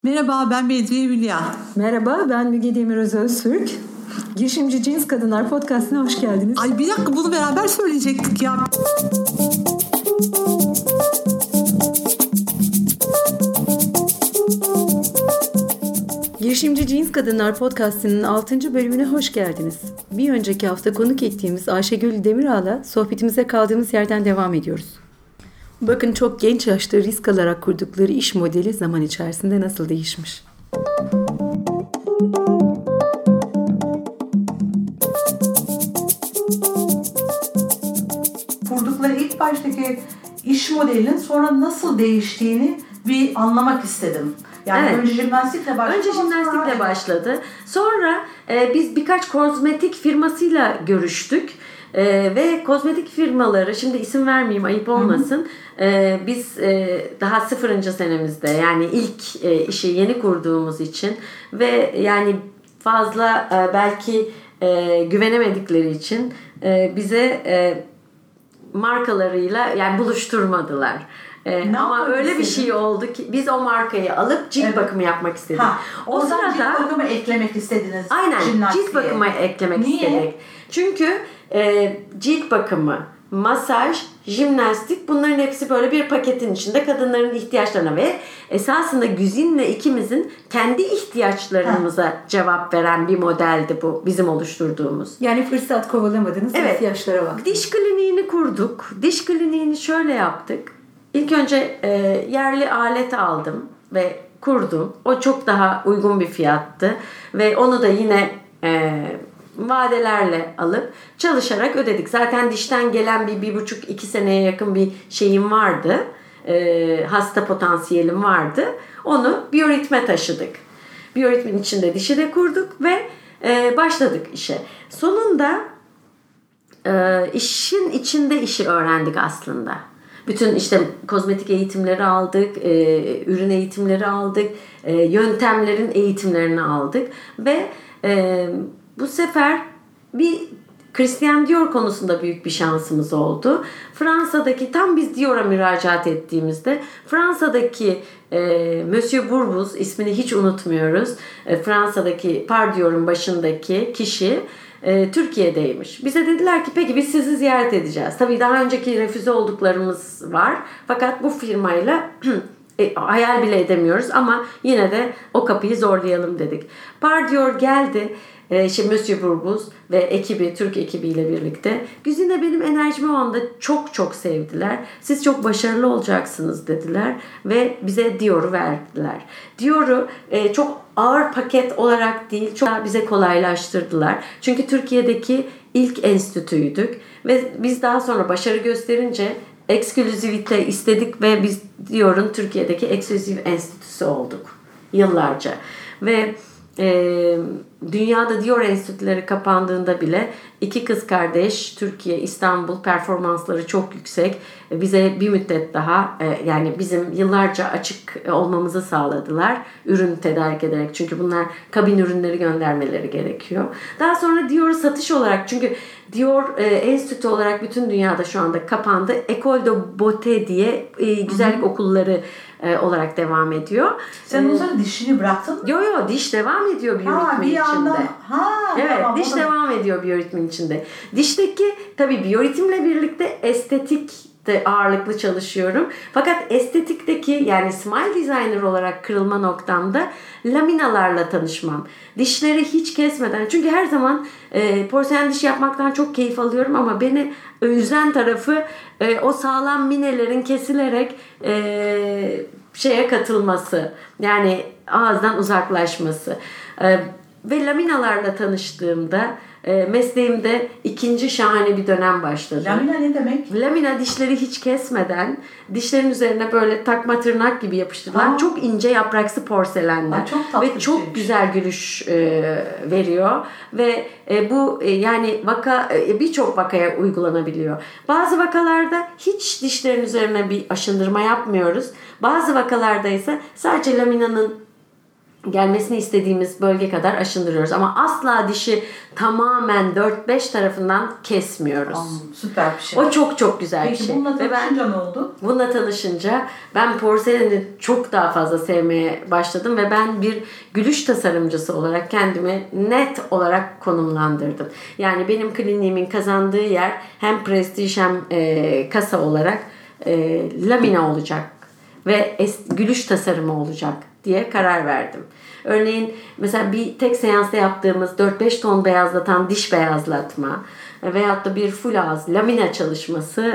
Merhaba, ben Bedriye Hülya. Merhaba, ben Müge Demiröz Öztürk. Girişimci Cins Kadınlar Podcast'ına hoş geldiniz. Ay bir dakika, bunu beraber söyleyecektik ya. Girişimci Cins Kadınlar Podcast'ının 6. bölümüne hoş geldiniz. Bir önceki hafta konuk ettiğimiz Ayşegül Demirağ'la sohbetimize kaldığımız yerden devam ediyoruz. Bakın, çok genç yaşta risk alarak kurdukları iş modeli zaman içerisinde nasıl değişmiş. Kurdukları ilk baştaki iş modelinin sonra nasıl değiştiğini bir anlamak istedim. Yani Evet. önce jimnastikle başladı. Önce jimnastikle başladı. Sonra biz birkaç kozmetik firmasıyla görüştük. Ve kozmetik firmaları, şimdi isim vermeyeyim ayıp olmasın. Biz daha 0. senemizde, yani ilk işi yeni kurduğumuz için ve yani fazla belki güvenemedikleri için bize markalarıyla yani buluşturmadılar. Ama öyle bir şey oldu ki biz o markayı alıp cilt bakımı yapmak istedik. O sırada cilt bakımı eklemek istediniz. Aynen, cilt bakımı eklemek istedik. Çünkü cilt bakımı, masaj, jimnastik, bunların hepsi böyle bir paketin içinde kadınların ihtiyaçlarına ve esasında Güzin'le ikimizin kendi ihtiyaçlarımıza cevap veren bir modeldi bu bizim oluşturduğumuz. Yani fırsat kovalamadınız, ihtiyaçlara baktık. Diş kliniğini kurduk. Diş kliniğini şöyle yaptık. İlk önce yerli alet aldım ve kurdum. O çok daha uygun bir fiyattı ve onu da yine vadelerle alıp çalışarak ödedik. Zaten dişten gelen bir 1,5-2 seneye yakın bir şeyim vardı. Hasta potansiyelim vardı. Onu biyoritme taşıdık. Biyoritmin içinde dişi de kurduk ve başladık işe. Sonunda işin içinde işi öğrendik aslında. Bütün işte kozmetik eğitimleri aldık, ürün eğitimleri aldık, yöntemlerin eğitimlerini aldık ve bu sefer bir Christian Dior konusunda büyük bir şansımız oldu. Fransa'daki, tam biz Dior'a müracaat ettiğimizde Fransa'daki Monsieur Bourbous, ismini hiç unutmuyoruz. Fransa'daki Par Dior'un başındaki kişi Türkiye'deymiş. Bize dediler ki peki biz sizi ziyaret edeceğiz. Tabii daha önceki refüze olduklarımız var. Fakat bu firmayla hayal bile edemiyoruz ama yine de o kapıyı zorlayalım dedik. Par Dior geldi. Monsieur Bourbous ve ekibi, Türk ekibiyle birlikte. Güzine benim enerjimi o anda çok çok sevdiler. Siz çok başarılı olacaksınız dediler ve bize Dior'u verdiler. Dior'u çok ağır paket olarak değil, çok daha bize kolaylaştırdılar. Çünkü Türkiye'deki ilk enstitüydük ve biz daha sonra başarı gösterince eksklüzivite istedik ve biz Dior'un Türkiye'deki eksklüziv enstitüsü olduk yıllarca. Ve dünyada Dior enstitüleri kapandığında bile 2 kız kardeş, Türkiye, İstanbul, performansları çok yüksek. Bize bir müddet daha yani bizim yıllarca açık olmamızı sağladılar. Ürün tedarik ederek. Çünkü bunlar kabin ürünleri göndermeleri gerekiyor. Daha sonra Dior'u satış olarak, çünkü Dior enstitü olarak bütün dünyada şu anda kapandı. École de Beauté diye güzellik okulları olarak devam ediyor. Sen o zaman dişini bıraktın mı? Yo, diş devam ediyor biyoritmin içinde. Evet, tamam, diş devam ediyor biyoritmin içinde. Dişteki tabii biyoritimle birlikte estetik de ağırlıklı çalışıyorum. Fakat estetikteki, yani smile designer olarak kırılma noktamda laminalarla tanışmam. Dişleri hiç kesmeden, çünkü her zaman porselen diş yapmaktan çok keyif alıyorum ama beni üzen tarafı o sağlam minelerin kesilerek şeye katılması, yani ağızdan uzaklaşması. Ve laminalarla tanıştığımda mesleğimde ikinci şahane bir dönem başladı. Lamina ne demek? Lamina, dişleri hiç kesmeden dişlerin üzerine böyle takma tırnak gibi yapıştırılan çok ince yapraksı porselenler. Çok tatlı ve çok güzel gülüş veriyor ve bu yani birçok vakaya uygulanabiliyor. Bazı vakalarda hiç dişlerin üzerine bir aşındırma yapmıyoruz. Bazı vakalarda ise sadece laminanın gelmesini istediğimiz bölge kadar aşındırıyoruz. Ama asla dişi tamamen 4-5 tarafından kesmiyoruz. Süper bir şey. O çok çok güzel Peki, bir şey. bununla tanışınca ne oldu? Bununla tanışınca ben porseleni çok daha fazla sevmeye başladım ve ben bir gülüş tasarımcısı olarak kendimi net olarak konumlandırdım. Yani benim kliniğimin kazandığı yer hem prestij hem kasa olarak lamina olacak ve gülüş tasarımı olacak diye karar verdim. Örneğin mesela bir tek seansta yaptığımız 4-5 ton beyazlatan diş beyazlatma veyahut da bir full ağız lamina çalışması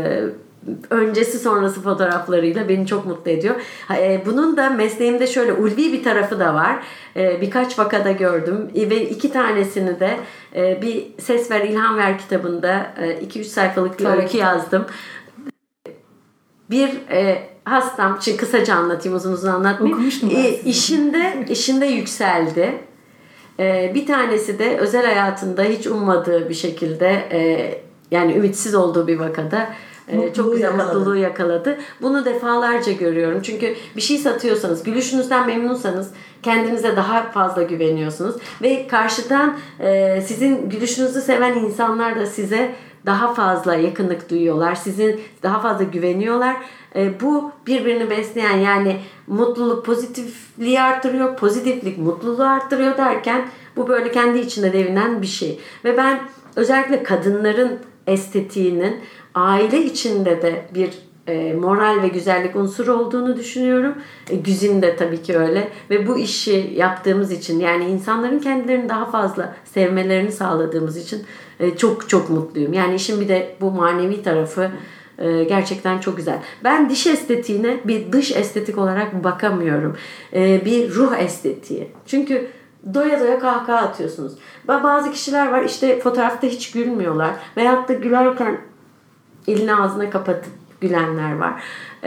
öncesi sonrası fotoğraflarıyla beni çok mutlu ediyor. Bunun da mesleğimde şöyle ulvi bir tarafı da var. Birkaç vakada gördüm ve 2 tanesini de bir Ses Ver İlham Ver kitabında 2-3 sayfalık bir öykü yazdım. Bir hastam, şimdi kısaca anlatayım, uzun uzun anlatmayayım. Okumuştum İşinde yükseldi. Bir tanesi de özel hayatında hiç ummadığı bir şekilde yani ümitsiz olduğu bir vakada çok güzel mutluluğu yakaladı. Bunu defalarca görüyorum. Çünkü bir şey satıyorsanız, gülüşünüzden memnunsanız kendinize daha fazla güveniyorsunuz. Ve karşıdan sizin gülüşünüzü seven insanlar da size daha fazla yakınlık duyuyorlar. Sizin daha fazla güveniyorlar. Bu birbirini besleyen, yani mutluluk pozitifliği arttırıyor, pozitiflik mutluluğu arttırıyor derken bu böyle kendi içinde devinen bir şey. Ve ben özellikle kadınların estetiğinin aile içinde de bir moral ve güzellik unsuru olduğunu düşünüyorum. Güzin de tabii ki öyle. Ve bu işi yaptığımız için, yani insanların kendilerini daha fazla sevmelerini sağladığımız için çok çok mutluyum. Yani işin bir de bu manevi tarafı gerçekten çok güzel. Ben diş estetiğine bir dış estetik olarak bakamıyorum. Bir ruh estetiği. Çünkü doya doya kahkaha atıyorsunuz. Bazı kişiler var, işte fotoğrafta hiç gülmüyorlar. Veyahut da gülerken elini ağzına kapatıp gülenler var.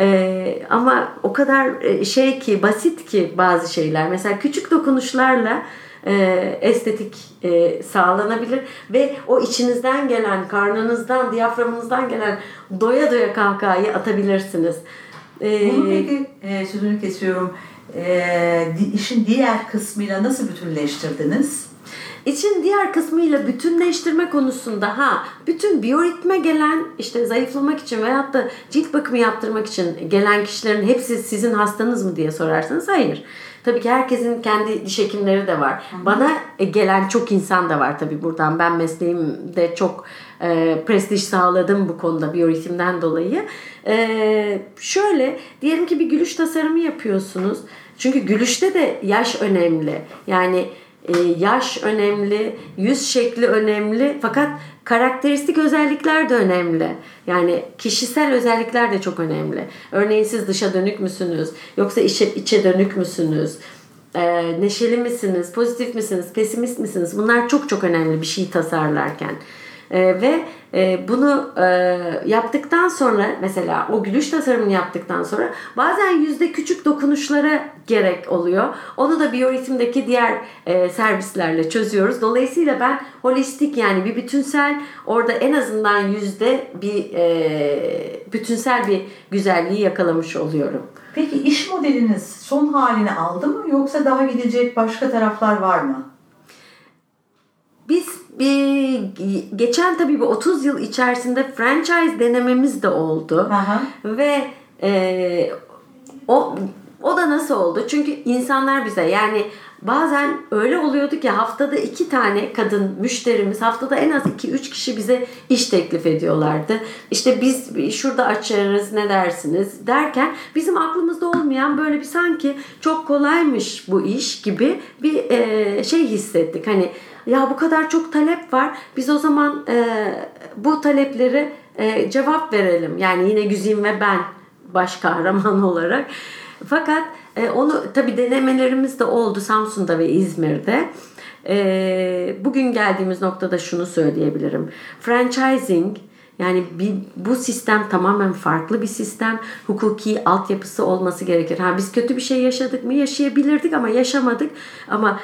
Ama o kadar basit ki bazı şeyler. Mesela küçük dokunuşlarla estetik sağlanabilir ve o içinizden gelen, karnınızdan, diyaframınızdan gelen doya doya kahkahayı atabilirsiniz. Bunu peki, sözünü kesiyorum, işin diğer kısmıyla nasıl bütünleştirdiniz? İçin diğer kısmıyla bütünleştirme konusunda bütün biyoritme gelen, işte zayıflamak için veyahut da cilt bakımı yaptırmak için gelen kişilerin hepsi sizin hastanız mı diye sorarsanız hayır. Tabii ki herkesin kendi diş hekimleri de var. Bana gelen çok insan da var tabii buradan. Ben mesleğimde çok prestij sağladım bu konuda biyoritimden dolayı. Şöyle diyelim ki bir gülüş tasarımı yapıyorsunuz. Çünkü gülüşte de yaş önemli. Yani yaş önemli, yüz şekli önemli, fakat karakteristik özellikler de önemli. Yani kişisel özellikler de çok önemli. Örneğin siz dışa dönük müsünüz? Yoksa içe dönük müsünüz? Neşeli misiniz? Pozitif misiniz? Pesimist misiniz? Bunlar çok çok önemli bir şey tasarlarken. Ve bunu yaptıktan sonra, mesela o gülüş tasarımını yaptıktan sonra bazen yüzde küçük dokunuşlara gerek oluyor. Onu da biyoritimdeki diğer servislerle çözüyoruz. Dolayısıyla ben holistik, yani bir bütünsel, orada en azından yüzde bir bütünsel bir güzelliği yakalamış oluyorum. Peki iş modeliniz son halini aldı mı, yoksa daha gidecek başka taraflar var mı? Biz geçen tabii bu 30 yıl içerisinde franchise denememiz de oldu. Aha. Ve o da nasıl oldu? Çünkü insanlar bize, yani bazen öyle oluyordu ki haftada 2 tane kadın müşterimiz, haftada en az 2-3 kişi bize iş teklif ediyorlardı. İşte biz şurada açarız, ne dersiniz derken bizim aklımızda olmayan, böyle bir sanki çok kolaymış bu iş gibi bir şey hissettik. Hani ya bu kadar çok talep var, biz o zaman bu taleplere cevap verelim. Yani yine Güzin ve ben baş kahraman olarak. Fakat onu tabii denemelerimiz de oldu Samsun'da ve İzmir'de. Bugün geldiğimiz noktada şunu söyleyebilirim. Franchising, yani bu sistem tamamen farklı bir sistem. Hukuki altyapısı olması gerekir. Biz kötü bir şey yaşadık mı? Yaşayabilirdik ama yaşamadık. Ama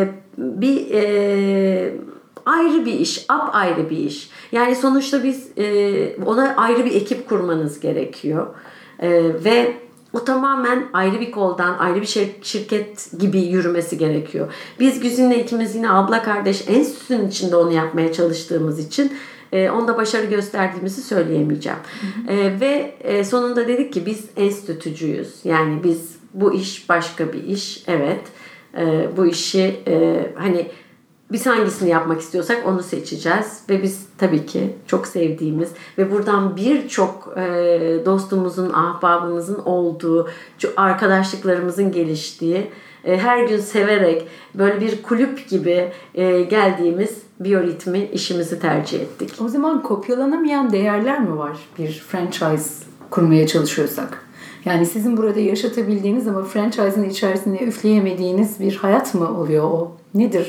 ayrı bir iş, apayrı bir iş. Yani sonuçta biz ona ayrı bir ekip kurmanız gerekiyor. Ve o tamamen ayrı bir koldan, ayrı bir şirket gibi yürümesi gerekiyor. Biz Güzin'le ikimiz yine abla kardeş enstitünün içinde onu yapmaya çalıştığımız için onda başarı gösterdiğimizi söyleyemeyeceğim. Ve sonunda dedik ki biz enstitücüyüz. Yani biz bu iş başka bir iş. Evet. Bu işi hani biz hangisini yapmak istiyorsak onu seçeceğiz ve biz tabii ki çok sevdiğimiz ve buradan birçok dostumuzun, ahbabımızın olduğu, arkadaşlıklarımızın geliştiği, her gün severek böyle bir kulüp gibi geldiğimiz biyoritmi işimizi tercih ettik. O zaman kopyalanamayan değerler mi var bir franchise kurmaya çalışıyorsak? Yani sizin burada yaşatabildiğiniz ama franchise'ın içerisinde üfleyemediğiniz bir hayat mı oluyor o? Nedir?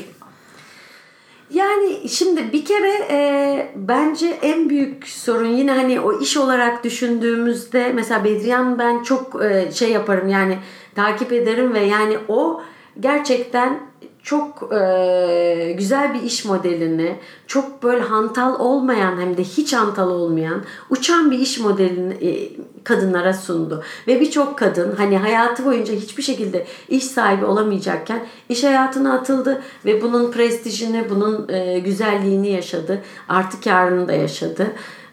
Yani şimdi bir kere bence en büyük sorun yine hani o iş olarak düşündüğümüzde mesela Bedriyan ben çok şey yaparım yani takip ederim ve yani o gerçekten çok güzel bir iş modelini, çok böyle hantal olmayan hem de hiç hantal olmayan uçan bir iş modelini kadınlara sundu. Ve birçok kadın hani hayatı boyunca hiçbir şekilde iş sahibi olamayacakken iş hayatına atıldı ve bunun prestijini, bunun güzelliğini yaşadı. Artı kârını da yaşadı.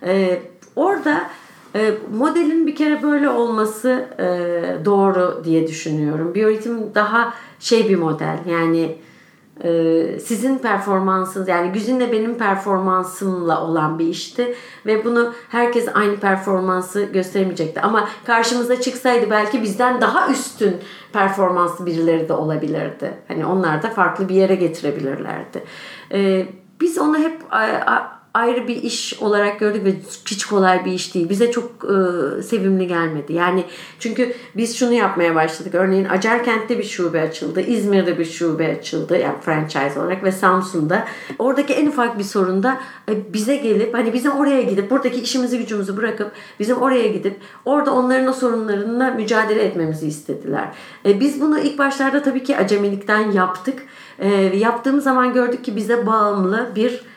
Orada modelin bir kere böyle olması doğru diye düşünüyorum. Biyoritim daha bir model yani sizin performansınız yani Güzin'le benim performansımla olan bir işti ve bunu herkes aynı performansı gösteremeyecekti ama karşımıza çıksaydı belki bizden daha üstün performanslı birileri de olabilirdi. Hani onlar da farklı bir yere getirebilirlerdi. Biz onu hep ayrı bir iş olarak gördük ve hiç kolay bir iş değil. Bize çok sevimli gelmedi. Yani çünkü biz şunu yapmaya başladık. Örneğin Acarkent'te bir şube açıldı. İzmir'de bir şube açıldı. Yani franchise olarak ve Samsun'da. Oradaki en ufak bir sorunda bize gelip hani bizim oraya gidip buradaki işimizi gücümüzü bırakıp bizim oraya gidip orada onların o sorunlarına mücadele etmemizi istediler. Biz bunu ilk başlarda tabii ki acemilikten yaptık. Yaptığımız zaman gördük ki bize bağımlı bir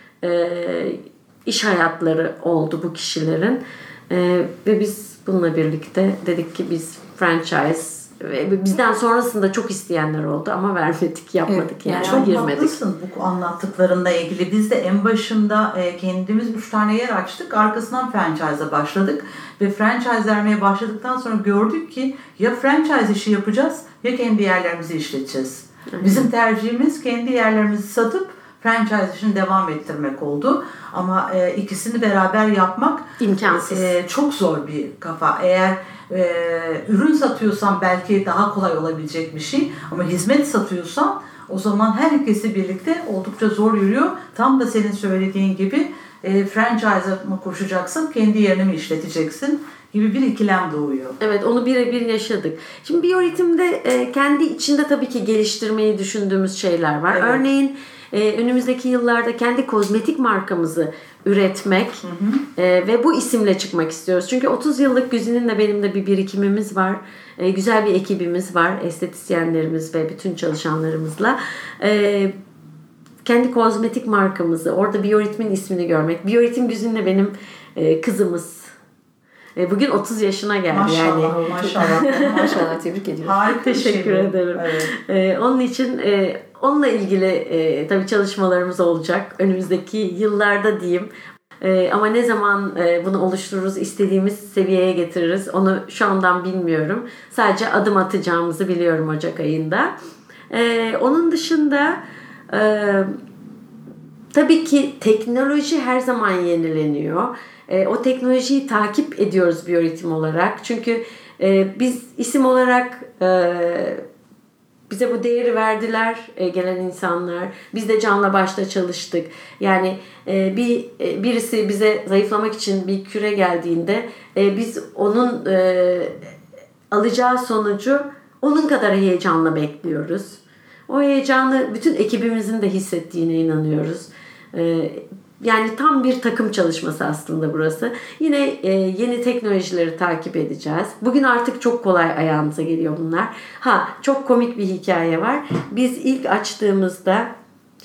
iş hayatları oldu bu kişilerin ve biz bununla birlikte dedik ki biz franchise ve bizden sonrasında çok isteyenler oldu ama vermedik, yapmadık yani çok girmedik. Haklısın bu anlattıklarında ilgili. Biz de en başında kendimiz 3 tane yer açtık. Arkasından franchise'a başladık ve franchise vermeye başladıktan sonra gördük ki ya franchise işi yapacağız ya kendi yerlerimizi işleteceğiz. Bizim tercihimiz kendi yerlerimizi satıp franchise işini devam ettirmek oldu. Ama ikisini beraber yapmak imkansız. Çok zor bir kafa. Eğer ürün satıyorsan belki daha kolay olabilecek bir şey. Ama hizmet satıyorsan o zaman her ikisi birlikte oldukça zor yürüyor. Tam da senin söylediğin gibi franchise'a mı koşacaksın, kendi yerini mi işleteceksin gibi bir ikilem doğuyor. Evet, onu birebir yaşadık. Şimdi biyoritimde kendi içinde tabii ki geliştirmeyi düşündüğümüz şeyler var. Evet. Örneğin önümüzdeki yıllarda kendi kozmetik markamızı üretmek ve bu isimle çıkmak istiyoruz. Çünkü 30 yıllık Güzin'in de benim de bir birikimimiz var. Güzel bir ekibimiz var. Estetisyenlerimiz ve bütün çalışanlarımızla. Kendi kozmetik markamızı, orada Biyoritm'in ismini görmek. Biyoritim Güzin'le benim kızımız. Bugün 30 yaşına geldi. Maşallah, yani. Maşallah, tebrik ediyorum. Harika. Teşekkür ederim. Evet. Onun için onunla ilgili tabii çalışmalarımız olacak önümüzdeki yıllarda diyeyim. Ama ne zaman bunu oluştururuz, istediğimiz seviyeye getiririz onu şu andan bilmiyorum. Sadece adım atacağımızı biliyorum Ocak ayında. Onun dışında tabii ki teknoloji her zaman yenileniyor. O teknolojiyi takip ediyoruz biyoritim olarak. Çünkü biz isim olarak bize bu değeri verdiler gelen insanlar. Biz de canla başla çalıştık. Yani birisi bize zayıflamak için bir küre geldiğinde biz onun alacağı sonucu onun kadar heyecanla bekliyoruz. O heyecanı bütün ekibimizin de hissettiğine inanıyoruz. Yani tam bir takım çalışması aslında burası. Yine yeni teknolojileri takip edeceğiz. Bugün artık çok kolay ayağımıza geliyor bunlar. Çok komik bir hikaye var. Biz ilk açtığımızda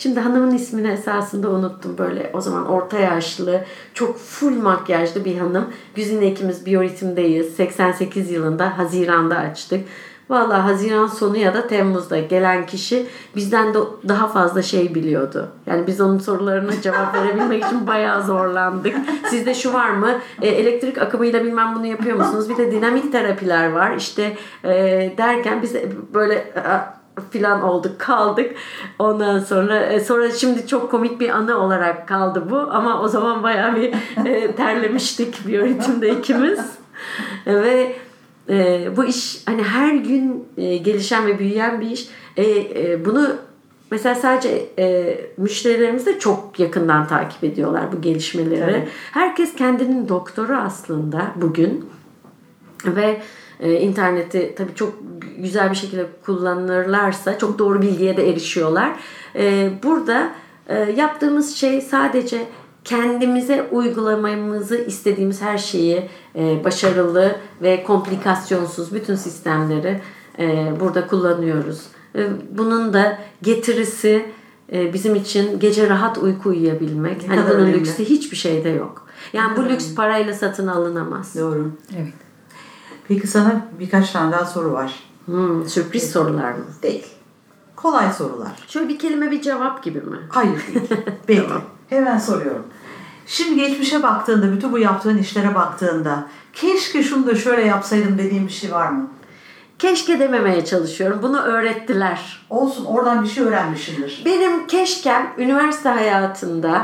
Şimdi hanımın ismini esasında unuttum. Böyle o zaman orta yaşlı, çok full makyajlı bir hanım. Güzin'le ikimiz biyoritimdeyiz. 88 yılında Haziran'da açtık. Vallahi Haziran sonu ya da Temmuz'da gelen kişi bizden de daha fazla şey biliyordu. Yani biz onun sorularına cevap verebilmek için bayağı zorlandık. Sizde şu var mı? Elektrik akımıyla bilmem bunu yapıyor musunuz? Bir de dinamik terapiler var. İşte derken biz böyle filan olduk, kaldık. Ondan sonra şimdi çok komik bir anı olarak kaldı bu. Ama o zaman bayağı bir terlemiştik biyoritimde ikimiz. Ve bu iş hani her gün gelişen ve büyüyen bir iş. Bunu mesela sadece müşterilerimiz de çok yakından takip ediyorlar bu gelişmeleri. Evet. Herkes kendinin doktoru aslında bugün. Ve interneti tabii çok güzel bir şekilde kullanırlarsa çok doğru bilgiye de erişiyorlar. Burada yaptığımız şey sadece kendimize uygulamamızı istediğimiz her şeyi başarılı ve komplikasyonsuz bütün sistemleri burada kullanıyoruz. Bunun da getirisi bizim için gece rahat uyku uyuyabilmek. Hani bunun önemli. Lüksü hiçbir şeyde yok. Yani bu lüks parayla satın alınamaz. Doğru. Evet. Peki sana birkaç tane daha soru var. Sürpriz sorular mı? Değil. Kolay sorular. Şöyle bir kelime bir cevap gibi mi? Hayır değil. Belki. Tamam. Hemen soruyorum. Şimdi geçmişe baktığında, bütün bu yaptığın işlere baktığında keşke şunu da şöyle yapsaydım dediğin bir şey var mı? Keşke dememeye çalışıyorum. Bunu öğrettiler. Olsun, oradan bir şey öğrenmişsindir. Benim keşkem üniversite hayatında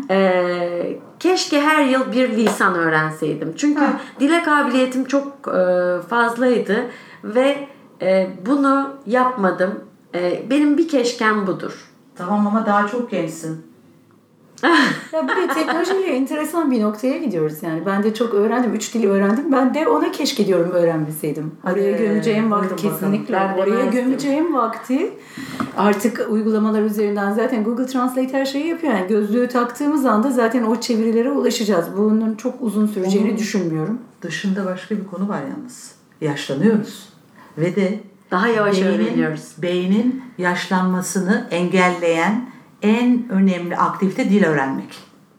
keşke her yıl bir lisan öğrenseydim. Çünkü dile kabiliyetim çok fazlaydı ve bunu yapmadım. Benim bir keşkem budur. Tamam ama daha çok gençsin. Ya bir de teknolojiyle enteresan bir noktaya gidiyoruz yani. Ben de çok öğrendim. 3 dili öğrendim. Ben de ona keşke diyorum öğrenmeseydim. Oraya gömeceğim vakti kesinlikle. Oraya gömeceğim vakti artık uygulamalar üzerinden zaten Google Translate her şeyi yapıyor. Yani gözlüğü taktığımız anda zaten o çevirilere ulaşacağız. Bunun çok uzun süreceğini düşünmüyorum. Dışında başka bir konu var yalnız. Yaşlanıyoruz. Ve de daha yavaş öğreniyoruz. Beynin yaşlanmasını engelleyen en önemli aktivite dil öğrenmek.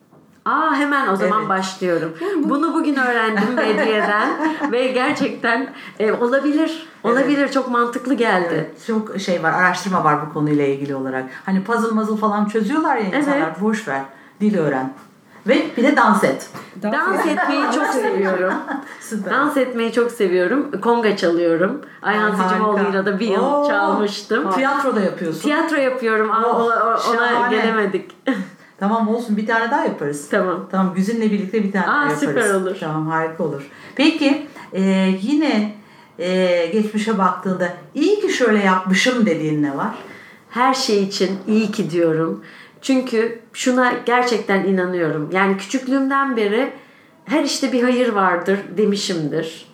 Hemen o zaman başlıyorum. Bunu bugün öğrendim Bedriye'den ve gerçekten olabilir. Olabilir. Evet. Çok mantıklı geldi. Evet. Çok şey var, araştırma var bu konuyla ilgili olarak. Hani puzzle falan çözüyorlar ya insanlar. Boş ver. Dil öğren. Ve bir de dans et. Dans etmeyi çok seviyorum. Dans etmeyi çok seviyorum. Konga çalıyorum. Ayhan Sicimoğlu'yla da bir yıl çalmıştım. Tiyatroda yapıyorsun. Tiyatro yapıyorum ama ona gelemedik. Tamam olsun, bir tane daha yaparız. Tamam Güzin'le birlikte bir tane daha yaparız. Süper olur. Tamam, harika olur. Peki yine geçmişe baktığında iyi ki şöyle yapmışım dediğin ne var? Her şey için iyi ki diyorum. Çünkü şuna gerçekten inanıyorum. Yani küçüklüğümden beri her işte bir hayır vardır demişimdir.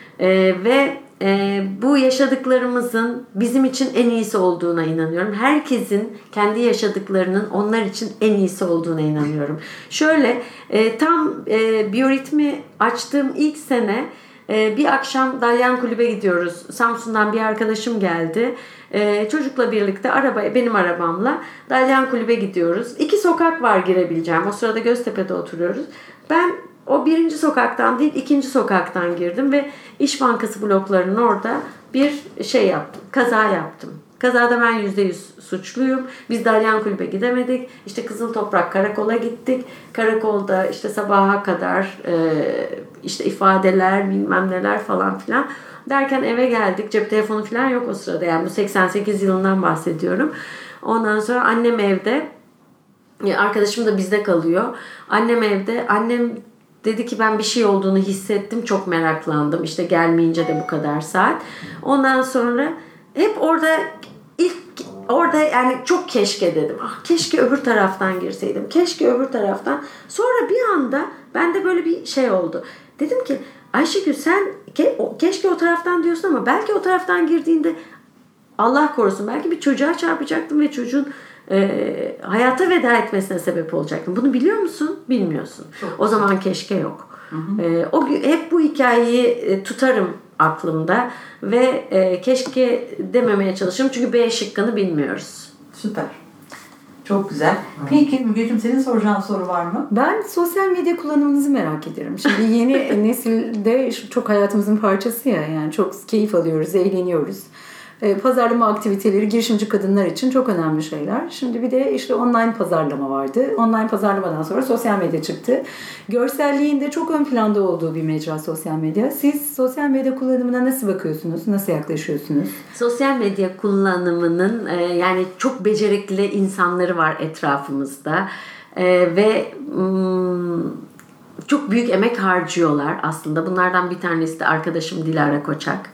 Ve bu yaşadıklarımızın bizim için en iyisi olduğuna inanıyorum. Herkesin kendi yaşadıklarının onlar için en iyisi olduğuna inanıyorum. Şöyle tam biyoritmi açtığım ilk sene bir akşam Dalyan Kulübe gidiyoruz. Samsun'dan bir arkadaşım geldi. Çocukla birlikte benim arabamla Dalyan Kulübe gidiyoruz. 2 sokak var girebileceğim. O sırada Göztepe'de oturuyoruz. Ben o 1. sokaktan değil 2. sokaktan girdim ve İş Bankası bloklarının orada bir şey yaptım. Kaza yaptım. Kazada ben %100 suçluyum. Biz Dalyan Kulübe gidemedik. İşte Kızıl Toprak Karakol'a gittik. Karakolda işte sabaha kadar işte ifadeler bilmem neler falan filan. Derken eve geldik. Cep telefonu falan yok o sırada. Yani bu 88 yılından bahsediyorum. Ondan sonra annem evde. Arkadaşım da bizde kalıyor. Annem evde. Annem dedi ki ben bir şey olduğunu hissettim. Çok meraklandım. İşte gelmeyince de bu kadar saat. Ondan sonra hep orada yani çok keşke dedim. Keşke öbür taraftan girseydim. Keşke öbür taraftan. Sonra bir anda bende böyle bir şey oldu. Dedim ki Ayşegül sen keşke o taraftan diyorsun ama belki o taraftan girdiğinde Allah korusun belki bir çocuğa çarpacaktım ve çocuğun hayata veda etmesine sebep olacaktım. Bunu biliyor musun? Bilmiyorsun. O zaman keşke yok. Hep bu hikayeyi tutarım aklımda ve keşke dememeye çalışırım çünkü B şıkkını bilmiyoruz. Süper. Çok güzel. Peki Mügeciğim, senin soracağın soru var mı? Ben sosyal medya kullanımınızı merak ederim. Şimdi yeni nesilde çok hayatımızın parçası ya, yani çok keyif alıyoruz, eğleniyoruz. Pazarlama aktiviteleri girişimci kadınlar için çok önemli şeyler. Şimdi bir de işte online pazarlama vardı. Online pazarlamadan sonra sosyal medya çıktı. Görselliğin de çok ön planda olduğu bir mecra sosyal medya. Siz sosyal medya kullanımına nasıl bakıyorsunuz? Nasıl yaklaşıyorsunuz? Sosyal medya kullanımının yani çok becerikli insanları var etrafımızda. Ve çok büyük emek harcıyorlar aslında. Bunlardan bir tanesi de arkadaşım Dilara Koçak.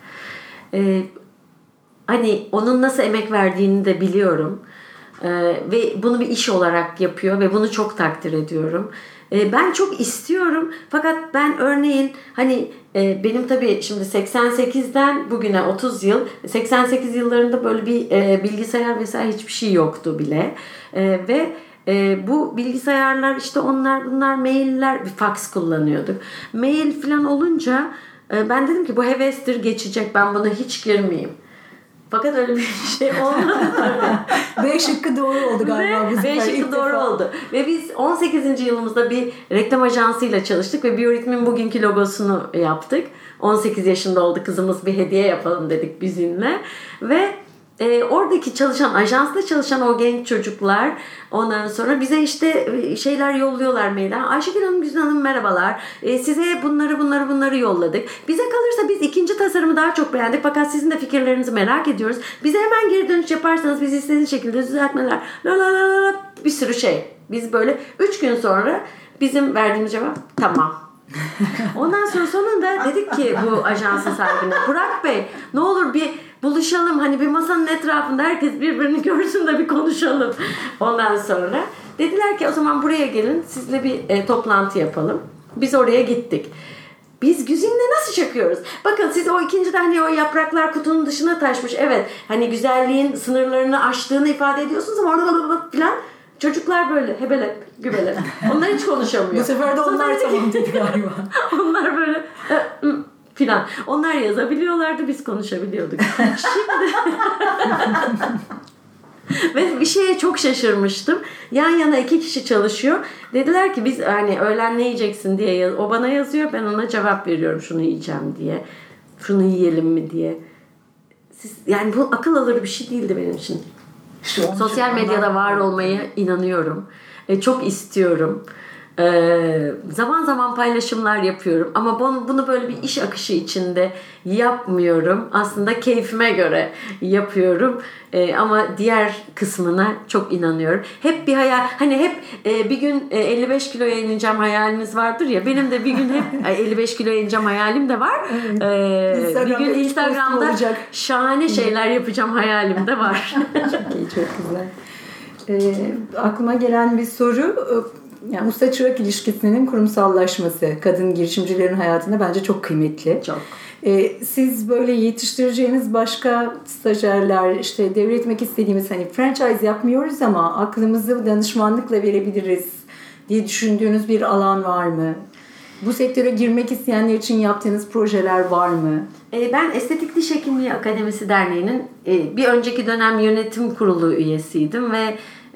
Hani onun nasıl emek verdiğini de biliyorum. Ve bunu bir iş olarak yapıyor ve bunu çok takdir ediyorum. Ben çok istiyorum, fakat ben örneğin hani benim tabii şimdi 88'den bugüne 30 yıl, 88 yıllarında böyle bir bilgisayar vesaire hiçbir şey yoktu bile. Ve bu bilgisayarlar işte bunlar mailler, bir fax kullanıyorduk. Mail falan olunca ben dedim ki bu hevestir, geçecek, ben buna hiç girmeyeyim. Fakat öyle bir şey olmadı tabii. B şıkkı doğru oldu galiba. B şıkkı doğru oldu. Ve biz 18. yılımızda bir reklam ajansıyla çalıştık ve Biyoritm'in bugünkü logosunu yaptık. 18 yaşında oldu kızımız, bir hediye yapalım dedik bizimle. Ve oradaki ajansta çalışan o genç çocuklar ondan sonra bize işte şeyler yolluyorlar mailden. Ayşegül Hanım, Güzin Hanım merhabalar. Size bunları yolladık. Bize kalırsa biz ikinci tasarımı daha çok beğendik, fakat sizin de fikirlerinizi merak ediyoruz. Bize hemen geri dönüş yaparsanız biz istediğiniz şekilde düzeltmeler bir sürü şey. Biz böyle 3 gün sonra bizim verdiğimiz cevap tamam. Ondan sonra sonunda dedik ki bu ajansın sahibine, Burak Bey ne olur bir buluşalım, hani bir masanın etrafında herkes birbirini görsün de bir konuşalım. Ondan sonra dediler ki o zaman buraya gelin, sizle bir toplantı yapalım. Biz oraya gittik. Biz Güzin'le nasıl çakıyoruz? Bakın siz o ikinci hani o yapraklar kutunun dışına taşmış. Evet, hani güzelliğin sınırlarını aştığını ifade ediyorsunuz ama orada falan çocuklar böyle hebelep gübelep. Onlar hiç konuşamıyor. Bu sefer de onlar tamam dedi galiba. Onlar böyle filan. Onlar yazabiliyorlardı, biz konuşabiliyorduk. Şimdi ve bir şeye çok şaşırmıştım. Yan yana 2 kişi çalışıyor. Dediler ki biz hani öğlen ne yiyeceksin diye o bana yazıyor, ben ona cevap veriyorum şunu yiyeceğim diye. Şunu yiyelim mi diye. Yani bu akıl alır bir şey değildi benim için. Sosyal medyada var olmaya inanıyorum. Çok istiyorum. Zaman zaman paylaşımlar yapıyorum ama bunu böyle bir iş akışı içinde yapmıyorum. Aslında keyfime göre yapıyorum. Ama diğer kısmına çok inanıyorum. Hep bir hayal, hani hep bir gün 55 kiloya ineceğim hayaliniz vardır ya, benim de bir gün hep 55 kiloya ineceğim hayalim de var. Bir gün Instagram'da şahane şeyler yapacağım hayalim de var. Çok iyi, çok güzel. Aklıma gelen bir soru, yani usta çırak ilişkisinin kurumsallaşması kadın girişimcilerin hayatında bence çok kıymetli. Çok. Siz böyle yetiştireceğiniz başka stajyerler, işte devretmek istediğimiz, hani franchise yapmıyoruz ama aklımızı danışmanlıkla verebiliriz diye düşündüğünüz bir alan var mı? Bu sektöre girmek isteyenler için yaptığınız projeler var mı? Ben Estetik Diş Hekimliği Akademisi Derneği'nin bir önceki dönem yönetim kurulu üyesiydim ve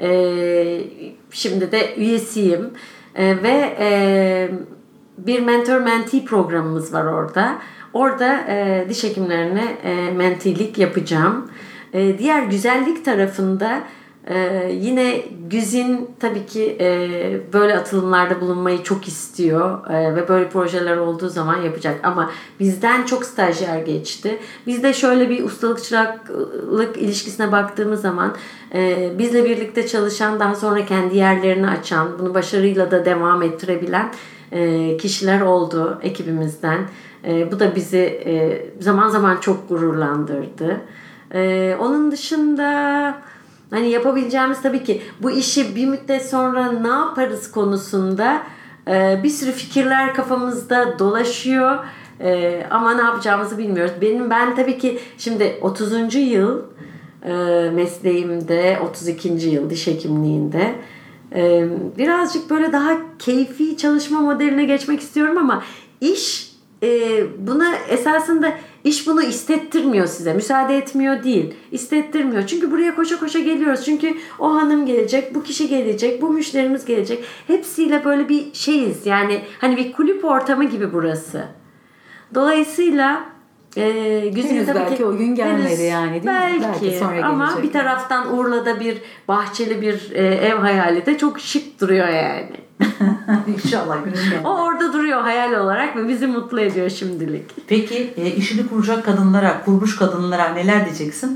şimdi de üyesiyim. Ve bir mentor-mentee programımız var orada. Orada diş hekimlerine mentilik yapacağım. Diğer güzellik tarafında yine Güzin tabii ki böyle atılımlarda bulunmayı çok istiyor ve böyle projeler olduğu zaman yapacak, ama bizden çok stajyer geçti. Bizde şöyle bir ustalık çıraklık ilişkisine baktığımız zaman bizle birlikte çalışan, daha sonra kendi yerlerini açan, bunu başarıyla da devam ettirebilen kişiler oldu ekibimizden. Bu da bizi zaman zaman çok gururlandırdı. Onun dışında hani yapabileceğimiz, tabii ki bu işi bir müddet sonra ne yaparız konusunda bir sürü fikirler kafamızda dolaşıyor. Ama ne yapacağımızı bilmiyoruz. Ben tabii ki şimdi 30. yıl mesleğimde, 32. yıl diş hekimliğinde birazcık böyle daha keyfi çalışma modeline geçmek istiyorum ama iş buna esasında İş bunu istettirmiyor size. Müsaade etmiyor değil. İstettirmiyor. Çünkü buraya koşa koşa geliyoruz. Çünkü o hanım gelecek, bu kişi gelecek, bu müşterimiz gelecek. Hepsiyle böyle bir şeyiz. Yani hani bir kulüp ortamı gibi burası. Dolayısıyla henüz belki o gün gelmedi yani değil mi? Belki sonra ama gelecek. bir taraftan Urla'da bir bahçeli bir ev hayali de çok şık duruyor yani. İnşallah günün geldi. O orada duruyor hayal olarak ve bizi mutlu ediyor şimdilik. Peki işini kuracak kadınlara, kurmuş kadınlara neler diyeceksin?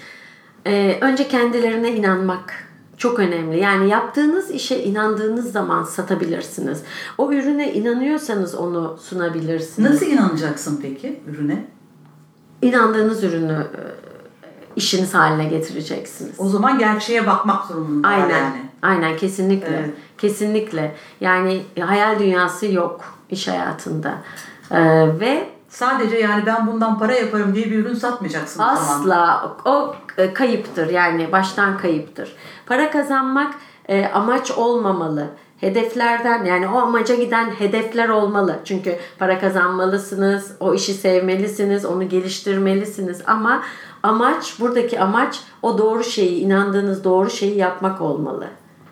Önce kendilerine inanmak çok önemli. Yani yaptığınız işe inandığınız zaman satabilirsiniz. O ürüne inanıyorsanız onu sunabilirsiniz. Nasıl inanacaksın peki ürüne? İnandığınız ürünü işiniz haline getireceksiniz. O zaman gerçeğe bakmak durumunda Aynen. yani. Aynen kesinlikle. Evet. Kesinlikle. Yani hayal dünyası yok iş hayatında. Ve Sadece yani ben bundan para yaparım diye bir ürün satmayacaksın. asla o kayıptır. Yani baştan kayıptır. Para kazanmak amaç olmamalı. Hedeflerden yani o amaca giden hedefler olmalı. Çünkü para kazanmalısınız, o işi sevmelisiniz, onu geliştirmelisiniz ama buradaki amaç o doğru şeyi, inandığınız doğru şeyi yapmak olmalı.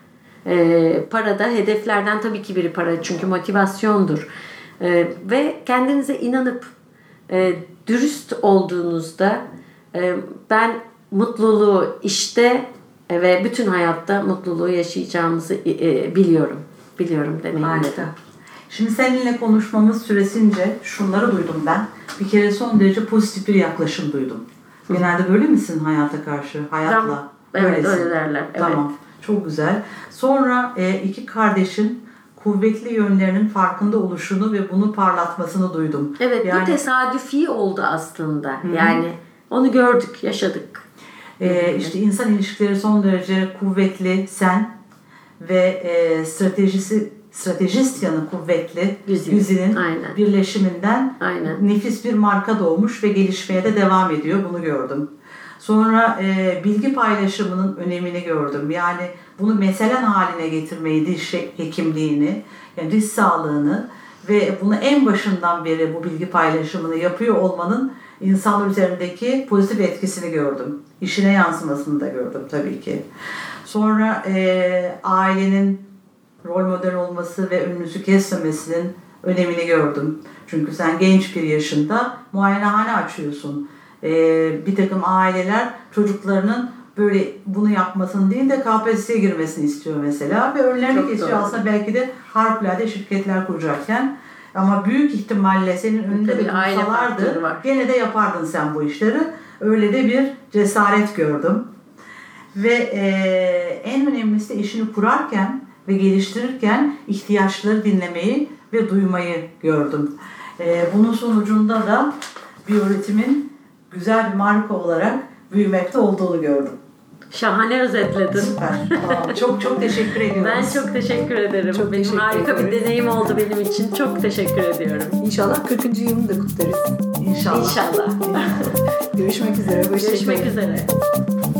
Para da hedeflerden tabii ki biri para çünkü motivasyondur. Ve kendinize inanıp dürüst olduğunuzda ben mutluluğu işte ve bütün hayatta mutluluğu yaşayacağımızı biliyorum. Biliyorum, deneyimledim. Harika. Şimdi seninle konuşmamız süresince şunları duydum ben. Bir kere son derece pozitif bir yaklaşım duydum. Genelde böyle misin hayata karşı? Hayatla. Evet, Öylesin. öyle derler. Evet. Tamam. Çok güzel. Sonra iki kardeşin kuvvetli yönlerinin farkında oluşunu ve bunu parlatmasını duydum. Evet, yani, bu tesadüfi oldu aslında. Yani onu gördük, yaşadık. İşte insan ilişkileri son derece kuvvetli, sen ve stratejist yanı kuvvetli Güzin'in birleşiminden nefis bir marka doğmuş ve gelişmeye de devam ediyor. Bunu gördüm. Sonra bilgi paylaşımının önemini gördüm. Yani bunu meselen haline getirmeyi, diş hekimliğini, yani diş sağlığını ve bunu en başından beri bu bilgi paylaşımını yapıyor olmanın insanlar üzerindeki pozitif etkisini gördüm. İşine yansımasını da gördüm tabii ki. Sonra ailenin rol model olması ve önünüzü kesmemesinin önemini gördüm. Çünkü sen genç bir yaşında muayenehane açıyorsun. Bir takım aileler çocuklarının böyle bunu yapmasını değil de KPSS'ye girmesini istiyor mesela ve önlerini kesiyor. Aslında belki de harikulade şirketler kuracakken ama büyük ihtimalle senin önünde de bulunsalardı gene de yapardın sen bu işleri. Öyle de bir cesaret gördüm. Ve en önemlisi de işini kurarken ve geliştirirken ihtiyaçları dinlemeyi ve duymayı gördüm. Bunun sonucunda da biyöğretimin güzel bir marka olarak büyümekte olduğunu gördüm. Şahane özetledin. Süper. Tamam. Çok teşekkür ediyorum. Ben çok teşekkür ederim. Çok benim harika bir deneyim oldu benim için. Çok teşekkür ediyorum. İnşallah 40. yılını da kutlarız. İnşallah. İnşallah. Görüşmek üzere. Görüşmek üzere.